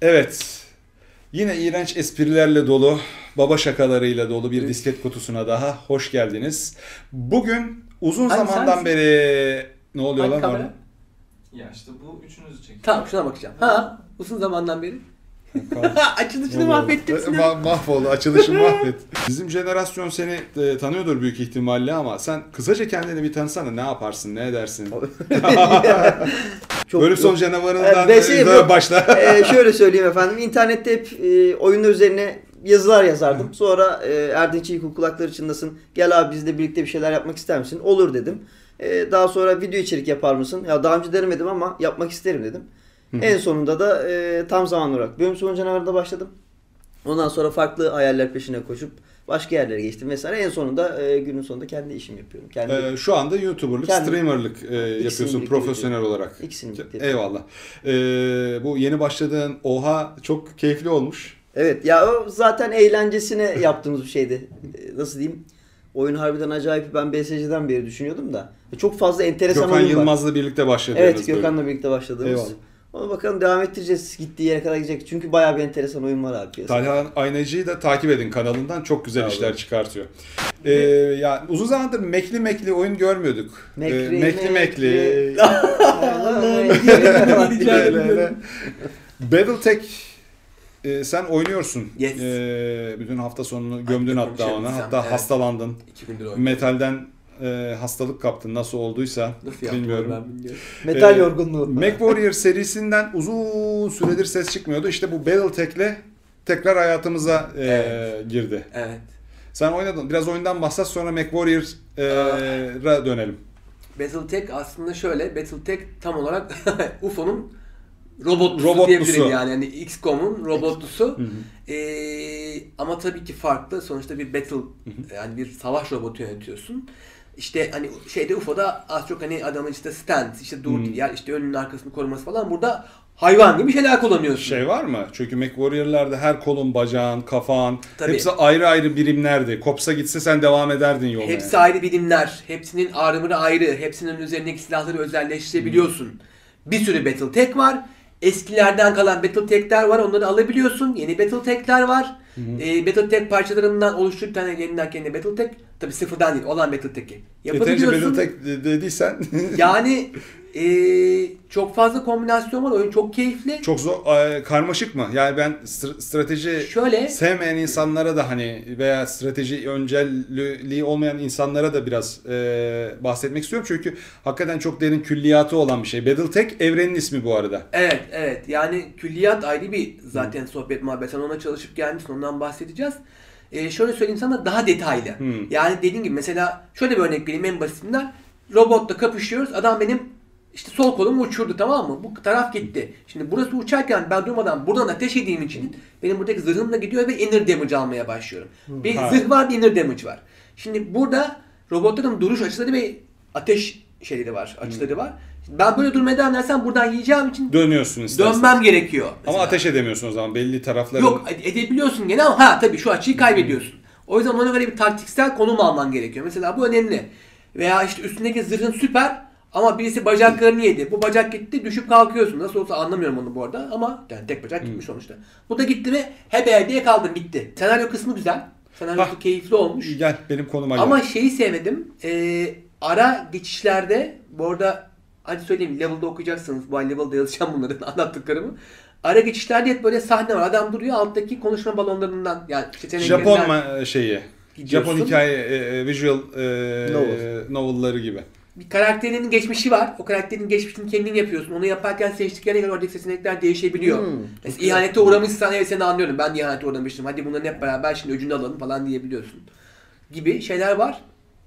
Evet. Yine iğrenç esprilerle dolu, baba şakalarıyla dolu bir disket kutusuna daha hoş geldiniz. Bugün uzun Hangi zamandan sensin? beri... Ne oluyor Hangi lan kamera? orada? Ya işte bu üçünüzü çekiyor. Tamam şuna bakacağım. Ha, uzun zamandan beri. Açılışını Oluyor. mahvettim Sinan. Mahvoldu. Açılışını mahvet. Bizim jenerasyon seni tanıyordur büyük ihtimalle ama sen kısaca kendini bir tanısana. Ne yaparsın, ne edersin? Çok, Bölüm son yok. canavarından Yok. başla. Şöyle söyleyeyim efendim. İnternette hep oyunlar üzerine yazılar yazardım. Sonra Erdinç İlkokul kulakları çınlasın. Gel abi bizle birlikte bir şeyler yapmak ister misin? Olur dedim. Daha sonra video içerik yapar mısın? Ya daha önce denemedim ama yapmak isterim dedim. En sonunda da tam zaman olarak bölüm sonu canavarında başladım. Ondan sonra farklı hayaller peşine koşup başka yerlere geçtim vesaire. En sonunda günün sonunda kendi işimi yapıyorum. Şu anda YouTuber'lık, streamer'lık yapıyorsun profesyonel olarak. İkisini birlikte. Eyvallah. Bu yeni başladığın Oha çok keyifli olmuş. Evet ya o zaten eğlencesine yaptığımız bir şeydi. Nasıl diyeyim? Oyun harbiden acayip. Ben BSC'den beri düşünüyordum da. Çok fazla enteresan Gökhan oyun var. Yılmaz'la birlikte başladınız. Evet Gökhan'la birlikte başladığımız. Eyvallah. Onu bakalım devam ettireceğiz. Gittiği yere kadar gidecek. Çünkü bayağı bir enteresan oyun var abi piyasada. Talha Aynacı'yı da takip edin kanalından. Çok güzel işler çıkartıyor. Ya uzun zamandır Mekli oyun görmüyorduk. Mekli. Battletech sen oynuyorsun. Yes. Bütün hafta sonunu gömdün hatta ona. Hatta evet. Hastalandın. 2 gündür oynuyorum. Metalden hastalık kaptın. Nasıl olduysa bilmiyorum. Ben bilmiyorum. Metal yorgunluğu. MechWarrior serisinden uzun süredir ses çıkmıyordu. İşte bu Battletech'le tekrar hayatımıza girdi. Evet. Sen oynadın. Biraz oyundan bahset sonra MechWarrior'a dönelim. Battletech aslında şöyle. Battletech tam olarak UFO'nun robotlusu Robotlusu. diyebilirim yani. Yani XCOM'un robotlusu. Ama tabii ki farklı. Sonuçta bir battle yani bir savaş robotu yönetiyorsun. İşte hani şeyde UFO'da az çok hani adamın işte stand, işte dur yer, işte önünün arkasını koruması falan. Burada hayvan gibi şeyler kullanıyorsun. Şey var mı? Çünkü MechWarrior'larda her kolun, bacağın, kafan Tabii. hepsi ayrı ayrı birimlerdi. Kopsa gitse sen devam ederdin yoluna. Hepsi ayrı birimler. Hepsinin armor'ı ayrı. Hepsinin üzerindeki silahları özelleştirebiliyorsun. Bir sürü Battletech var. Eskilerden kalan Battletech'ler var. Onları alabiliyorsun. Yeni Battletech'ler var. Battletech parçalarından oluşturup tane yeniden kendine Battletech. Tabi sıfırdan değil. Olan Battletech'i yapabiliyorsun. Yeterince Battletech dediysen. Yani çok fazla kombinasyon var. Oyun çok keyifli. Çok zor, karmaşık mı? Yani ben strateji Şöyle, sevmeyen insanlara da hani veya strateji önceliği olmayan insanlara da biraz bahsetmek istiyorum. Çünkü hakikaten çok derin külliyatı olan bir şey. Battletech evrenin ismi bu arada. evet. Yani külliyat ayrı bir zaten sohbet muhabbet. Sen ona çalışıp gelmişsin. Ondan bahsedeceğiz. Şöyle söyleyeyim sana daha detaylı. Yani dediğim gibi mesela şöyle bir örnek vereyim en basitinden. Robotla kapışıyoruz. Adam benim işte sol kolumu uçurdu, tamam mı? Bu taraf gitti. Şimdi burası uçarken ben durmadan buradan ateş edeyim için benim buradaki zırhım da gidiyor ve inner damage almaya başlıyorum. Bir zırh var, bir inner damage var. Şimdi burada robotların duruş açıları ve ateş şeyleri var, açıları var. Ben böyle durmaya devam edersem buradan yiyeceğim için Dönüyorsun istersen. dönmem gerekiyor. Mesela. Ama ateş edemiyorsun o zaman belli tarafları. Yok edebiliyorsun gene ama tabii şu açıyı kaybediyorsun. O yüzden ona göre bir taktiksel konum alman gerekiyor. Mesela bu önemli. Veya işte üstündeki zırhın süper ama birisi bacaklarını yedi. Bu bacak gitti, düşüp kalkıyorsun. Nasıl olsa anlamıyorum onu bu arada ama yani tek bacak gitmiş sonuçta. Bu da gitti ve hebe diye kaldım, bitti. Senaryo kısmı güzel. Senaryosu keyifli olmuş. Gel benim konuma gel. Ama şeyi sevmedim. Ara geçişlerde bu arada hadi söyleyeyim, level'da okuyacaksınız. Bu level'da yazacağım bunların anlattıklarımı. Ara geçişlerde hep böyle sahne var. Adam duruyor alttaki konuşma balonlarından yani Japon şeyi. gidiyorsun. Japon hikaye visual novel'ları gibi. Bir karakterinin geçmişi var. O karakterin geçmişini kendin yapıyorsun. Onu yaparken seçtiklerine göre oradaki seçenekler değişebiliyor. Mesela ihanete uğramışsan evet seni anlıyorum. Ben de ihanete uğramıştım. Hadi bunların hep beraber şimdi öcünü alalım falan diyebiliyorsun. Gibi şeyler var.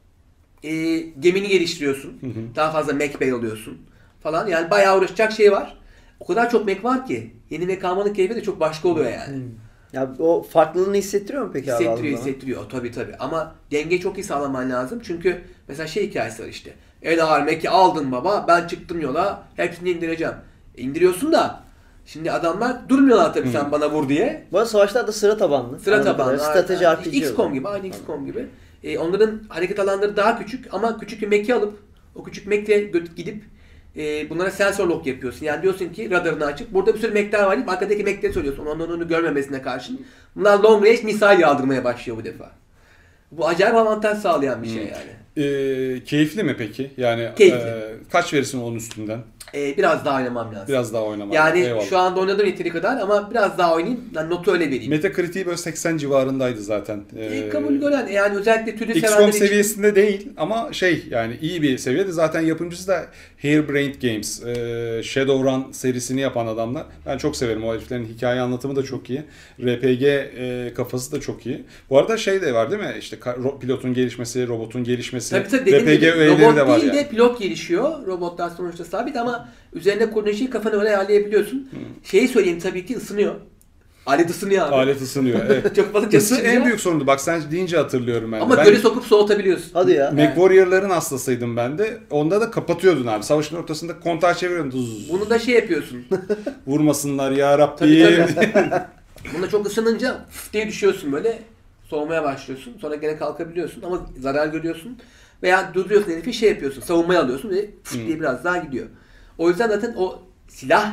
Gemini geliştiriyorsun. Daha fazla mech bay oluyorsun falan. Yani bayağı uğraşacak şey var. O kadar çok mech var ki yeni mech almanın keyfi de çok başka oluyor yani. Ya o farklılığını hissettiriyor mu peki abi? Hissettiriyor tabii. Ama dengeyi çok iyi sağlaman lazım. Çünkü mesela şey hikayesi var işte. En ağır mech'i aldın baba, ben çıktım yola, hepsini indireceğim. İndiriyorsun da şimdi adamlar durmuyorlar tabii sen bana vur diye. Bu arada savaşlar da sıra tabanlı. Sıra tabanlı. Strateji RPG. XCOM gibi, aynı XCOM gibi. Onların hareket alanları daha küçük ama küçük bir mech'i alıp o küçük mech'le gidip bunlara sensor lock yapıyorsun. Yani diyorsun ki radarını açıp burada bir sürü Mac'ler var deyip arkadaki Mac'leri söylüyorsun. Onların onu görmemesine karşın. Bunlar long range misal yağdırmaya başlıyor bu defa. Bu acayip avantaj sağlayan bir şey yani. Keyifli mi peki? Yani Keyifli. Kaç verirsin onun üstünden? Biraz daha oynamam lazım. Biraz daha oynamam. Yani Eyvallah. şu anda oynadım yeteri kadar ama biraz daha oynayayım. Yani notu öyle vereyim. Metacritic'i böyle 80 civarındaydı zaten. Kabul gören yani özellikle türü XCOM sevenler için. seviyesinde değil ama yani iyi bir seviyede. Zaten yapımcısı da Harebrained Games. Shadowrun serisini yapan adamlar. Ben çok severim. O heriflerin hikaye anlatımı da çok iyi. RPG kafası da çok iyi. Bu arada şey de var değil mi? İşte pilotun gelişmesi, robotun gelişmesi. Tabii RPG gibi, öğeleri robot de var değil yani. de pilot gelişiyor. Robotlar sonuçta sabit ama üzerine kurduğun şeyi kafana öyle ayarlayabiliyorsun. Şeyi söyleyeyim tabii ki ısınıyor. Alet ısınıyor abi. Alet ısınıyor. Evet. Çok fazla Isı çalışınca. en büyük sorundu. Bak sen deyince hatırlıyorum ben de. Ama Ben göle sokup soğutabiliyorsun. Hadi ya. MechWarrior'ların hastasıydım ben de. Onda da kapatıyordun abi. Savaşın ortasında kontağı çeviriyordun. Duz. Bunu da şey yapıyorsun. Vurmasınlar ya Rabbi. Tabii. Bunda çok ısınınca fıf diye düşüyorsun böyle. Soğumaya başlıyorsun. Sonra gene kalkabiliyorsun ama zarar görüyorsun. Veya duruyorsun herifi şey yapıyorsun. Savunmaya alıyorsun ve fıf diye biraz daha gidiyor. O yüzden zaten o silah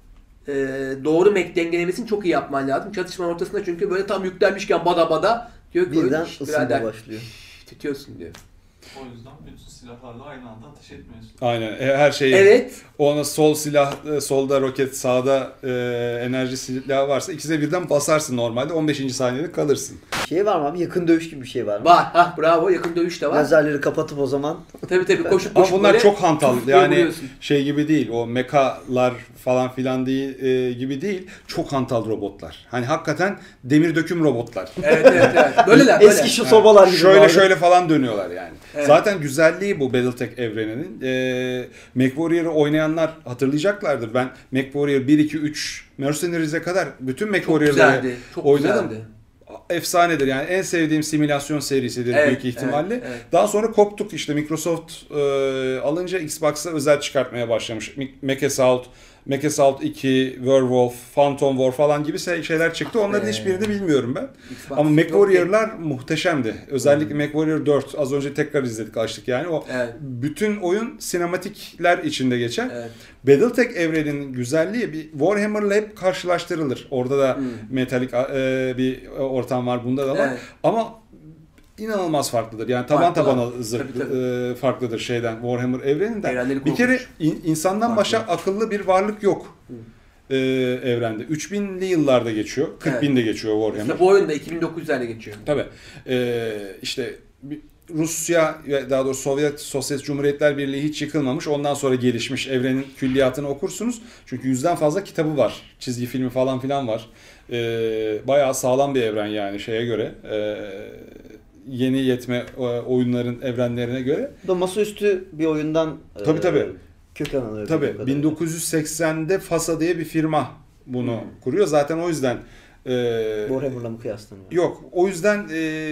doğru mech dengelemesini çok iyi yapman lazım. Çatışma ortasında çünkü böyle tam yüklenmişken bada bada diyor ki Birden "Şşt, ısınma birader, başlıyor. tutuyorsun diyor. O yüzden bütün silahlarla aynı anda ateş etmiyorsun. Aynen. Her şeyi. Evet. Ona sol silah, solda roket, sağda enerji silahı varsa ikisine birden basarsın normalde. 15. saniyede kalırsın. Şey var mı abi? Yakın dövüş gibi bir şey var mı? Var. Hah bravo. Yakın dövüş de var. Lazerleri kapatıp o zaman. Tabii koşup Ama koşup bunlar böyle çok hantal. fıf diye Yani vuruyorsun. şey gibi değil. O mekalar falan filan değil gibi değil. Çok hantal robotlar. Hani hakikaten demir döküm robotlar. Evet. Böyleler böyle. Eski şu sobalar gibi. Şöyle vardı. şöyle falan dönüyorlar yani. Evet. Zaten güzelliği bu Battletech evreninin. MechWarrior'ı oynayanlar hatırlayacaklardır. Ben MechWarrior 1, 2, 3 Mercenaries'e kadar bütün Çok MechWarrior'ları güzeldi. Çok oynadım. güzeldi. Efsanedir yani en sevdiğim simülasyon serisidir Evet, büyük ihtimalle. evet. Daha sonra koptuk işte Microsoft alınca Xbox'a özel çıkartmaya başlamış. MechAssault 2, Werewolf, Phantom War falan gibi şeyler çıktı. Onların hiçbirini bilmiyorum ben. Xbox Ama yok MechWarrior'lar muhteşemdi. Özellikle MechWarrior 4 az önce tekrar izledik açtık yani. O Evet. bütün oyun sinematikler içinde geçer. Evet. Battletech evreninin güzelliği bir Warhammer'la hep karşılaştırılır. Orada da metalik bir ortam var, bunda da var. Evet. Ama inanılmaz farklıdır. Yani taban Farklı. tabana farklıdır şeyden, Warhammer evreninden. Evrenleri Bir kere korkunç. insandan Farklı. başka akıllı bir varlık yok. Evrende. 3000'li yıllarda geçiyor. 40.000'de geçiyor Warhammer. İşte bu oyunda 2900'lerde geçiyor. Tabii. İşte Rusya ve daha doğrusu Sovyet Cumhuriyetler Birliği hiç yıkılmamış. Ondan sonra gelişmiş evrenin külliyatını okursunuz. Çünkü 100'den fazla kitabı var. Çizgi filmi falan filan var. Bayağı sağlam bir evren yani şeye göre. Yeni yetme oyunların evrenlerine göre. Bu da masaüstü bir oyundan Tabii. köken alıyor. Tabii. 1980'de FASA diye bir firma bunu kuruyor. Zaten o yüzden Warhammer'la mı kıyaslanıyor? yok. O yüzden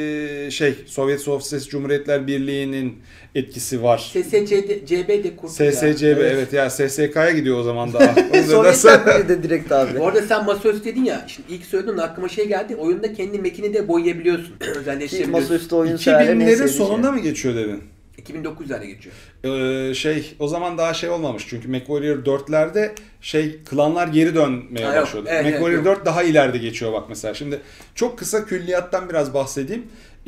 Sosyalist Cumhuriyetler Birliği'nin etkisi var. SSCB de kurdu SSCB ya. evet ya SSK'ya gidiyor o zaman daha. Sovyetler Birliği de direkt abi. Bu arada sen masaüstü dedin ya, şimdi ilk söylediğin aklıma şey geldi. Oyunda kendi mekini de boyayabiliyorsun. Özelleştirebiliyorsun. Masaüstü oyun severlerin en 2000'lerin sevdiği sonunda şey. mı geçiyor dedin? 2900'lerde geçiyor. O zaman daha şey olmamış çünkü MechWarrior 4'lerde klanlar geri dönmeye Ha, yok. başlıyordu. Evet, MechWarrior yok. 4 daha ileride geçiyor bak mesela. Şimdi çok kısa külliyattan biraz bahsedeyim.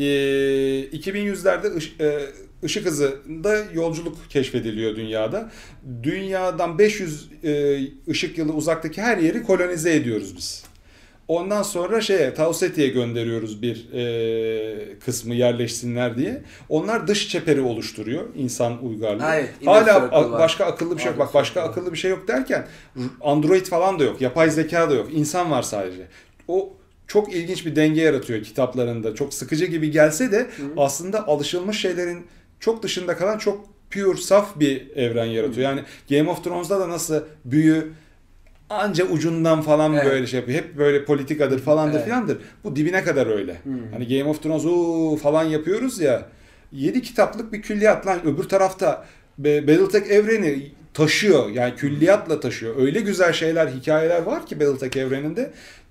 2100'lerde ışık hızında yolculuk keşfediliyor dünyada. Dünyadan 500 ışık yılı uzaktaki her yeri kolonize ediyoruz biz. Ondan sonra Tau Ceti'ye gönderiyoruz bir kısmı yerleşsinler diye. Onlar dış çeperi oluşturuyor insan uygarlığı. Evet, Hala var. başka akıllı bir şey yok. Bak başka akıllı bir şey yok derken Android falan da yok. Yapay zeka da yok. İnsan var sadece. O çok ilginç bir denge yaratıyor kitaplarında. Çok sıkıcı gibi gelse de aslında alışılmış şeylerin çok dışında kalan çok pure, saf bir evren yaratıyor. Yani Game of Thrones'da da nasıl büyü anca ucundan falan böyle şey yapıyor. Hep böyle politikadır falandır filandır. Bu dibine kadar öyle. Hani Game of Thrones falan yapıyoruz ya. 7 kitaplık bir külliyat lan. Öbür tarafta Battletech evreni taşıyor. Yani külliyatla taşıyor. Öyle güzel şeyler, hikayeler var ki Battletech evreninde.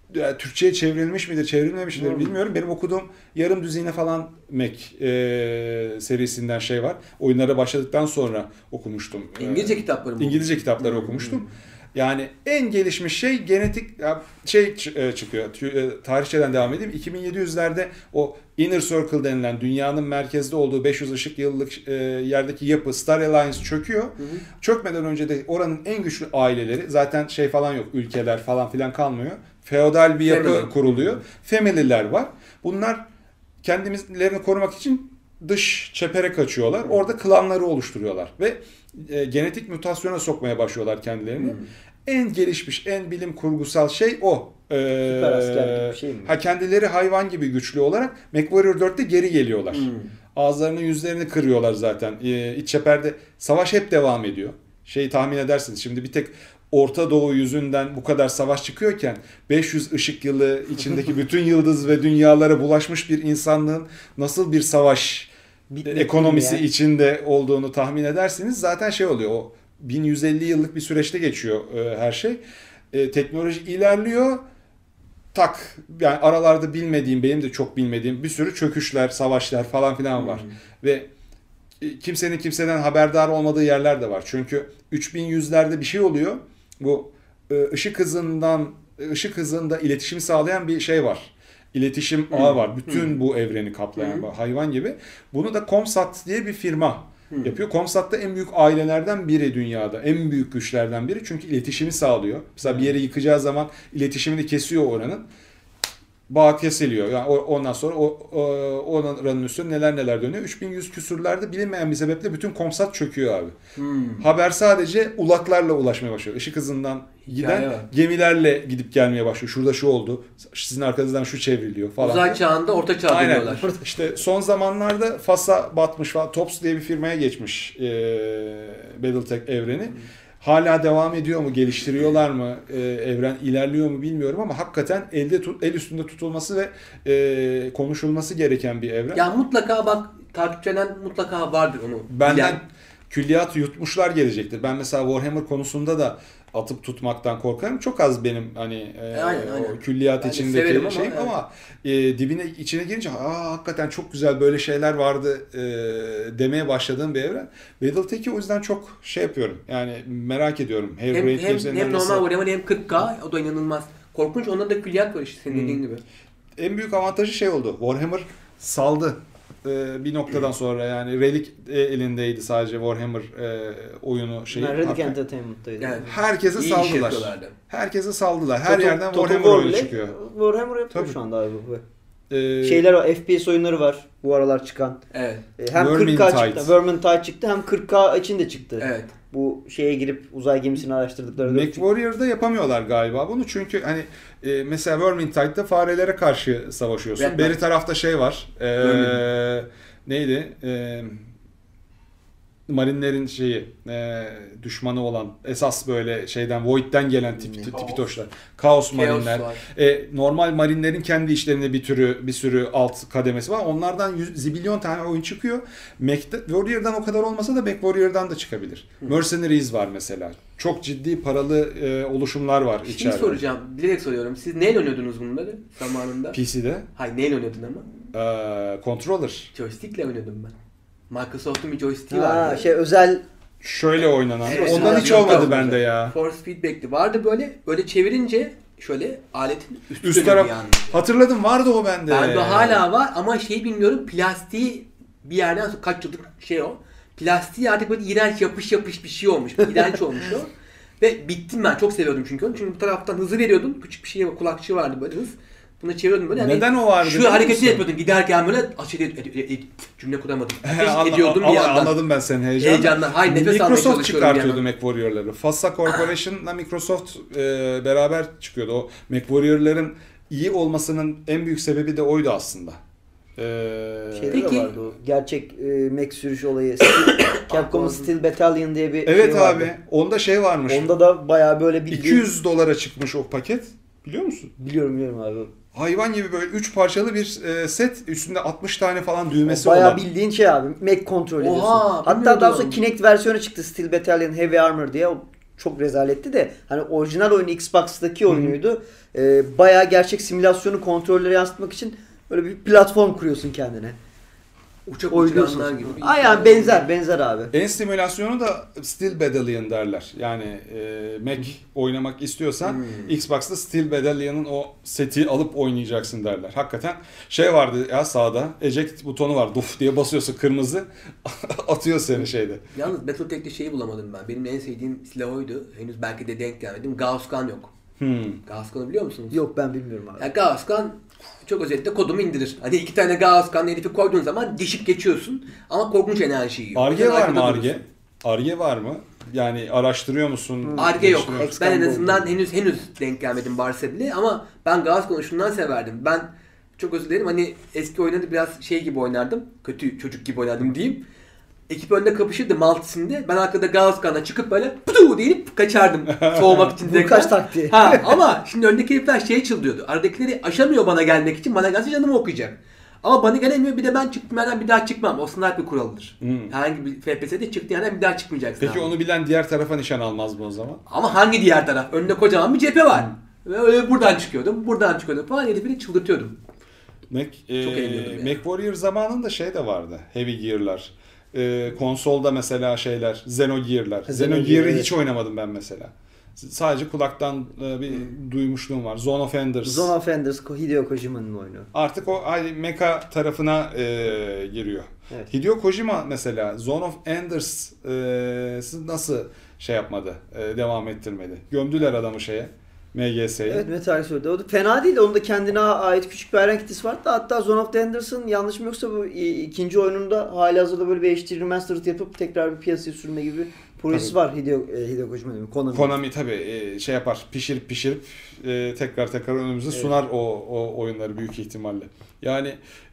Türkçe'ye çevrilmiş midir, çevrilmemiş midir bilmiyorum. Benim okuduğum yarım düzine falan Mac serisinden şey var. Oyunlara başladıktan sonra okumuştum. İngilizce kitapları mı? İngilizce kitapları okumuştum. Yani en gelişmiş şey genetik çıkıyor. Tarihçeden devam edeyim. 2700'lerde o Inner Circle denilen dünyanın merkezde olduğu 500 ışık yıllık yerdeki yapı Star Alliance çöküyor. Çökmeden önce de oranın en güçlü aileleri zaten şey falan yok. Ülkeler falan filan kalmıyor. Feodal bir yapı kuruluyor. Family'ler var. Bunlar kendilerini korumak için dış çepere kaçıyorlar. Orada klanları oluşturuyorlar ve genetik mutasyona sokmaya başlıyorlar kendilerini. En gelişmiş, en bilim kurgusal şey o. Süper asker gibi bir şey mi? Kendileri hayvan gibi güçlü olarak MechWarrior 4'te geri geliyorlar. Ağızlarını, yüzlerini kırıyorlar zaten. İç çeperde savaş hep devam ediyor. Şeyi tahmin edersiniz. Şimdi bir tek Orta Doğu yüzünden bu kadar savaş çıkıyorken 500 ışık yılı içindeki bütün yıldız ve dünyalara bulaşmış bir insanlığın nasıl bir savaş ekonomisi içinde olduğunu tahmin edersiniz. Zaten şey oluyor, o 1150 yıllık bir süreçte geçiyor her şey. Teknoloji ilerliyor. Yani aralarda bilmediğim, benim de çok bilmediğim bir sürü çöküşler, savaşlar falan filan var. Ve kimsenin kimseden haberdar olmadığı yerler de var. Çünkü 3100'lerde bir şey oluyor. Bu ışık hızında iletişimi sağlayan bir şey var. İletişim ağı var. Bütün bu evreni kaplayan hayvan gibi. Bunu da Comsat diye bir firma yapıyor. Comsat da en büyük ailelerden biri dünyada. En büyük güçlerden biri. Çünkü iletişimi sağlıyor. Mesela bir yeri yıkacağı zaman iletişimini kesiyor oranın. Bağ kesiliyor. Yani ondan sonra oranın üstüne neler dönüyor. 3100 küsurlarda bilinmeyen bir sebeple bütün Comsat çöküyor abi. Haber sadece ulaklarla ulaşmaya başlıyor. Işık hızından giden gemilerle gidip gelmeye başlıyor. Şurada şu oldu. Sizin arkanızdan şu çevriliyor falan. Uzay çağında orta çağ diyorlar. İşte son zamanlarda FAS'a batmış falan. TOPS diye bir firmaya geçmiş Battletech evreni. Hala devam ediyor mu? Geliştiriyorlar mı? Evren ilerliyor mu bilmiyorum ama hakikaten el üstünde tutulması ve konuşulması gereken bir evren. Ya mutlaka bak, takipçilerden mutlaka vardır onu. Benden külliyat yutmuşlar gelecektir. Ben mesela Warhammer konusunda da atıp tutmaktan korkarım. Çok az benim hani o külliyat ben içindeki şeyim ama dibine içine girince hakikaten çok güzel böyle şeyler vardı demeye başladığım bir evren. Battletech'i o yüzden çok şey yapıyorum. Yani merak ediyorum. Hem normal Warhammer hem 40K, o da inanılmaz korkunç. Onda da külliyat var işte senin dediğin gibi. En büyük avantajı şey oldu. Warhammer saldı. Bir noktadan sonra yani Relic elindeydi sadece Warhammer oyunu şeyi. Relic Entertainment'taydı. Yani herkese saldılar. Herkese saldılar. Her yerden Warhammer oyunu çıkıyor. Warhammer yapıyor şu anda abi bu. Şeyler var, FPS oyunları var bu aralar çıkan. Evet. Hem 40K çıktı, Vermintide çıktı, hem 40K için de çıktı. Evet. Bu şeye girip uzay gemisini araştırdıkları. MechWarrior'da yapamıyorlar galiba bunu çünkü hani mesela Vermintide'da farelere karşı savaşıyorsun. Evet, beri tarafta şey var. Neydi? Marinlerin düşmanı olan esas böyle şeyden Void'den gelen tipitoşlar. Kaos marinler. Normal marinlerin kendi işlerinde bir sürü alt kademesi var. Onlardan zibilyon tane oyun çıkıyor. Warrior'dan o kadar olmasa da MechWarrior'dan da çıkabilir. Mercenaries var mesela. Çok ciddi paralı oluşumlar var içeride. Şimdi soracağım. Bilerek soruyorum. Siz neyle oynuyordunuz bunları zamanında? PC'de. Hayır, neyle oynuyordun ama? Controller. Joystick'le oynadım ben. Microsoft'un bir joystick'i vardı. Özel şöyle oynanan. Evet, ondan hiç olmadı bende ya. Force feedback'ti. Vardı böyle çevirince şöyle aletin üst taraf. Yani. Hatırladım, vardı o bende. Bende hala var ama bilmiyorum, plastiği bir yerden sonra kaç yıllık o. Plastiği artık böyle iğrenç yapış bir şey olmuş. İğrenç olmuş o. Ve bittim ben. Çok seviyordum çünkü onu. Çünkü bu taraftan hızı veriyordun. Küçük bir kulakçığı vardı böyle hız. Bunu çeviriyordum böyle. Neden o vardı? Şu hareketi yapıyordum. Giderken böyle cümle kuramadım. Ediyordum bir yandan. Anladım ben senin heyecanla. Hayır, nefes almaya çalışıyorum. Microsoft çıkartıyordu MechWarrior'ları. FASA Corporation'la Microsoft beraber çıkıyordu. O MechWarrior'ların iyi olmasının en büyük sebebi de oydu aslında. Peki. De vardı o. Gerçek mech sürüş olayı. Capcom'un Steel Battalion diye bir evet şey vardı. abi. Onda şey varmış. Onda da bayağı böyle $200 çıkmış o paket. Biliyor musun? Biliyorum abi. Hayvan gibi böyle 3 parçalı bir set, üstünde 60 tane falan düğmesi bayağı olan. Bayağı bildiğin şey abi. Mech kontrol ediyorsun. Hatta daha sonra Kinect versiyonu çıktı. Steel Battalion Heavy Armor diye. O çok rezaletti de hani orijinal oyunu Xbox'taki oyunuydu. Bayağı gerçek simülasyonu kontrollere yansıtmak için böyle bir platform kuruyorsun kendine. Uçak Oynuyorsun. uçuranlar gibi. Aynen benzer abi. En simülasyonu da Steel Battalion derler. Yani Mac oynamak istiyorsan Xbox'ta Steel Battalion'ın o seti alıp oynayacaksın derler. Hakikaten şey vardı ya sağda eject butonu var. Duf diye basıyorsun kırmızı atıyor seni şeyde. Yalnız Battletech'te şeyi bulamadım ben. Benim en sevdiğim silah oydu. Henüz belki de denk gelmedim. Gauss Gun yok. Gauss Gun'u biliyor musunuz? Yok ben bilmiyorum abi. Ya Gauss Gun çok özetle kodumu indirir. Hani 2 tane Gauss Gun herifi koyduğun zaman deşip geçiyorsun. Ama korkunç enerji yiyor. Ar-Ge var mı Ar-Ge? Ar-Ge var mı? Yani araştırıyor musun? Ar-Ge yok. Extend Ben en azından oldu. henüz denk gelmedim varsa bile ama ben Gauss Gun'u şundan severdim. Ben çok özür dilerim hani eski oyunda biraz şey gibi oynardım. Kötü çocuk gibi oynardım diyeyim. Ekip önde kapışırdı multisinde. Ben arkada Gauss Gun'a çıkıp böyle putu deyip kaçardım. Soğumak için tekrar. Vurkaç taktiği. Ha ama şimdi öndeki herifler şeye çıldırıyordu. Aradakileri aşamıyor bana gelmek için. Bana gelse canımı okuyacak. Ama bana gelemiyor. Bir de ben çıktım yerden bir daha çıkmam. O sniper kuralıdır. Herhangi bir FPS'de çıktı yerden bir daha çıkmayacaksın. Peki abi. onu bilen diğer tarafa nişan almaz mı o zaman? Ama hangi diğer taraf? Önünde kocaman bir cephe var. Ve öyle buradan çıkıyordum. Buradan çıkıyordum falan. Herifi çıldırtıyordum. eğleniyordum yani. MechWarrior zamanında şey de vardı. Heavy Gear'lar. Konsolda mesela şeyler. Xenogear'lar. Xenogear'ı evet. hiç oynamadım ben mesela. Sadece kulaktan bir duymuşluğum var. Zone of Enders. Zone of Enders Hideo Kojima'nın oyunu. Artık o mecha tarafına giriyor. Evet. Hideo Kojima mesela Zone of Enders nasıl şey yapmadı, devam ettirmedi. Gömdüler adamı şeye, MGS'ye. Evet Metal Gear'de. O da fena değil. Onun da kendine ait küçük bir hayran kitlesi vardı. Hatta Zone of the Enders'ın yanlışım yoksa bu ikinci oyununda halihazırda böyle bir HD remastered yapıp tekrar bir piyasaya sürme gibi projesi var Hideo Kojima değil mi? Konami tabii şey yapar, pişirip tekrar önümüze sunar o oyunları büyük ihtimalle. Yani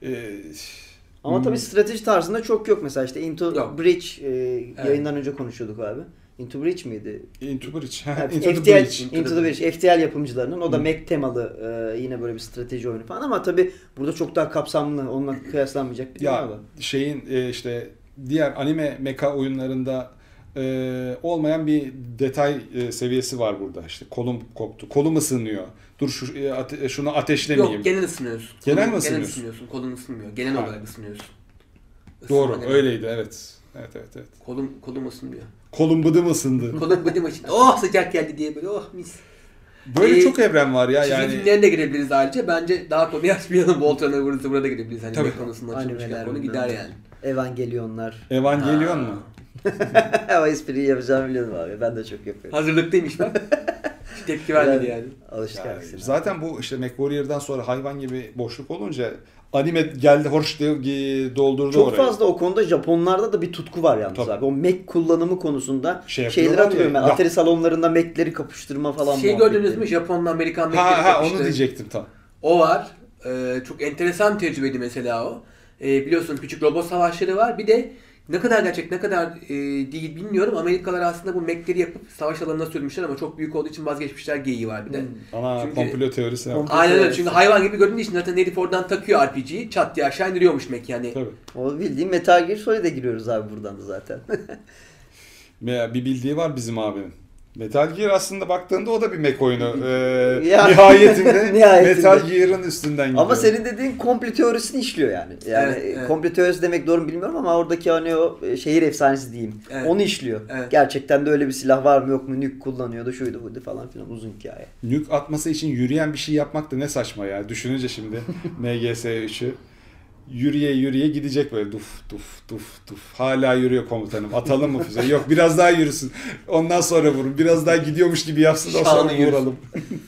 ama tabii strateji tarzında çok yok. Mesela işte Into Breach yayından önce konuşuyorduk abi. Into Breach miydi? Into Breach. Evet, Into the Breach. Into the Breach. FTL yapımcılarının. O da Mac temalı yine böyle bir strateji oyunu falan ama tabii burada çok daha kapsamlı. Onunla kıyaslanmayacak bir ya dünya var. şeyin işte diğer anime mecha oyunlarında olmayan bir detay seviyesi var burada. İşte kolum koptu. Kolum ısınıyor. Dur şunu ateşlemeyeyim. Yok genel ısınıyorsun. Genel mi Genel ısınıyorsun? ısınıyorsun. Kolun ısınmıyor. Genel olarak ısınıyorsun. Doğru. Isınma Öyleydi. Evet. Evet. Kolum ısınmıyor. Kolum bıdım ısındı. Kolum bıdım açın. Oh sıcak geldi diye böyle oh mis. Böyle çok evren var ya Çizgi yani. filmlerine de girebiliriz ayrıca. Bence daha konuyu açmayalım. Voltron'a vurursa burada girebiliriz. Hani Tabii. bir konusunu açılmışken Animeler konu gider yani. Evangelyonlar. Evangelion mu? O espriyi yapacağımı biliyordum abi. Ben de çok yapıyorum. Hazırlıklıymış bak. Hiç tepki vermedi yani. Alıştık Yani aksine. zaten bu işte MechWarrior'dan sonra hayvan gibi boşluk olunca anime geldi hoş diye doldurdu çok orayı. fazla o konuda Japonlarda da bir tutku var yalnız Tabii. abi. O Mac kullanımı konusunda Şey şeyleri yapıyorlar hatırlıyorum ben. ya. Atari salonlarında Mac'leri kapıştırma falan. Şey muhabbetleri. gördünüz mü? Japon'la Amerikan Mac'leri Ha kapıştı. onu diyecektim tam. O var. Çok enteresan bir tecrübeydi mesela o. Biliyorsun küçük robot savaşları var. Bir de ne kadar gerçek ne kadar değil bilmiyorum. Amerikalılar aslında bu Mac'leri yapıp savaş alanına sürmüşler ama çok büyük olduğu için vazgeçmişler geyiği var bir de. Ana Çünkü- komplo teorisi yaptı. Aynen öyle. Çünkü hayvan gibi göründüğü için zaten herif oradan takıyor RPG'yi. Çat diye aşağı indiriyormuş Mac yani. Tabii. O bildiğin Metal Gear Solid'e giriyoruz abi buradan da zaten. Bir bildiği var bizim abinin. Metal Gear aslında baktığında o da bir mech oyunu. Ya. Nihayetinde Nihayetinde. Metal Gear'ın üstünden gidiyor. Ama senin dediğin komplo teorisini işliyor yani. Yani Evet. komplo teorisi demek doğru mu bilmiyorum ama oradaki hani o şehir efsanesi diyeyim. Evet. Onu işliyor. Evet. Gerçekten de öyle bir silah var mı yok mu nük kullanıyordu şuydu buydu falan filan uzun hikaye. Nük atması için yürüyen bir şey yapmak da ne saçma ya. Düşününce şimdi MGS3'ü yürüye gidecek böyle duf. Hala yürüyor komutanım. Atalım mı füze? Yok biraz daha yürüsün. Ondan sonra vurun. Biraz daha gidiyormuş gibi yapsın da Şanlı sonra yürüsün. vuralım.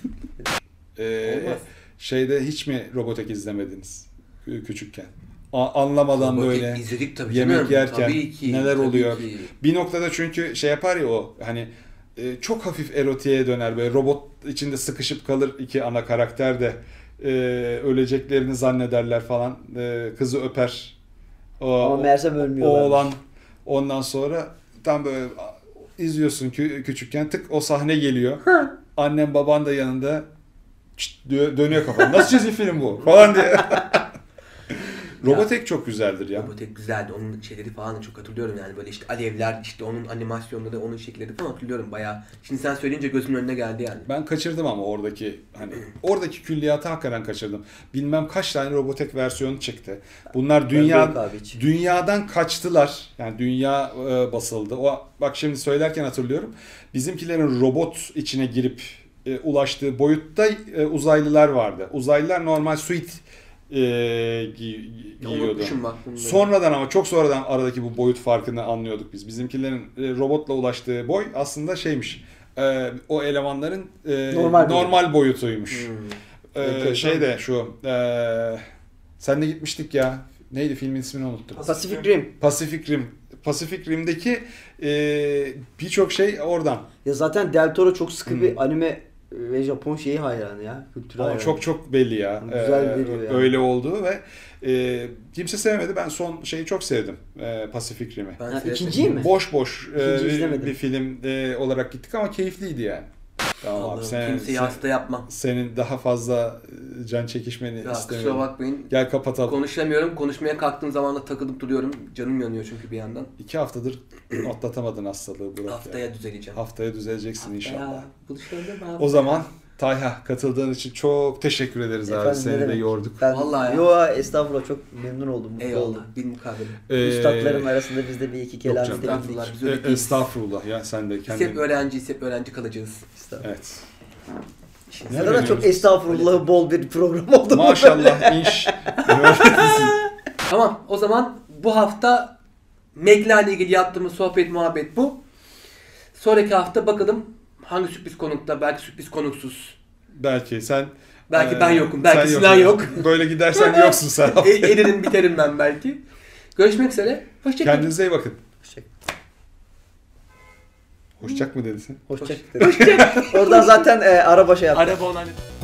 Olmaz. Şeyde hiç mi Robotech izlemediniz küçükken? Anlamadan Robotech böyle izledik tabii yemek canım. yerken Tabii ki, neler tabii oluyor? ki. Bir noktada çünkü şey yapar ya o hani çok hafif erotiğe döner böyle robot içinde sıkışıp kalır iki ana karakter de öleceklerini zannederler falan. Kızı öper. Ama meğersem ölmüyorlar. Oğlan ondan sonra tam böyle izliyorsun küçükken tık o sahne geliyor. Annem baban da yanında çıt diyor, dönüyor kafan. Nasıl çizgi film bu? Falan diye. Robotech çok güzeldir ya. Robotech güzeldi. Onun şeyleri falan da çok hatırlıyorum yani. Böyle işte alevler, işte onun animasyonları, onun şekilleri falan hatırlıyorum bayağı. Şimdi sen söyleyince gözümün önüne geldi yani. Ben kaçırdım ama oradaki külliyatı hakikaten kaçırdım. Bilmem kaç tane Robotech versiyonu çıktı. Bunlar Ben de yok abi hiç. dünyadan kaçtılar. Yani dünya basıldı. Bak şimdi söylerken hatırlıyorum. Bizimkilerin robot içine girip ulaştığı boyutta uzaylılar vardı. Uzaylılar normal suit giyiyordu. Unutmuşum bak bunu. Sonradan ama çok sonradan aradaki bu boyut farkını anlıyorduk biz. Bizimkilerin robotla ulaştığı boy aslında şeymiş. O elemanların normal boyutuymuş. Şeyde şu senle gitmiştik ya. Neydi filmin ismini unuttum. Pacific Rim. Pacific Rim'deki birçok şey oradan. Ya zaten Del Toro çok sıkı bir anime ve Japon şeyi hayranı ya. Kültürü Ama hayranı. çok belli ya. Güzel veriyor yani. Öyle olduğu ve kimse sevmedi. Ben son şeyi çok sevdim. Pacific Rim'i. İkinciyi mi? Boş İkinciyi izlemedim. bir film olarak gittik ama keyifliydi yani. Tamam abi, Kimseyi hasta yapma. senin daha fazla can çekişmeni Ya istemiyorum. kusura bakmayın. Gel kapatalım. Konuşamıyorum. Konuşmaya kalktığım zaman da takılıp duruyorum. Canım yanıyor çünkü bir yandan. 2 haftadır atlatamadın hastalığı Burak. Haftaya düzeleceğim. Haftaya düzeleceksin inşallah. Buluşalım abi. O zaman Tayha katıldığın için çok teşekkür ederiz abi. Efendim, ne Seni de demek? yorduk. Ben, Vallahi ya. Yo estağfurullah çok memnun oldum. Mutlu Eyvallah. oldum. Bir mukabele. Üstadların arasında biz de bir iki kelam canım. edebildik. Estağfurullah. Biz öyle değiliz. Estağfurullah ya sen de Biz kendin. hep öğrenciyiz. Hep öğrenci kalacağız. Estağfurullah. Evet. İşin Ne Ne kadar çok öğreniyoruz? estağfurullahı bol bir program oldu. Maşallah inş. Tamam, o zaman bu hafta Meg'le ilgili yaptığımız sohbet muhabbet bu. Sonraki hafta bakalım hangi sürpriz konukta, belki sürpriz konuksuz. Belki sen. Belki ben yokum, belki sen Sinan yok. Böyle gidersen yoksun sen. Eririm biterim ben belki. Görüşmek üzere. Hoşçakalın. Kendinize iyi bakın. Hoşçak. Hoşçak mı dedin sen? Hoşçak. Oradan zaten araba şey yaptı. Araba olan...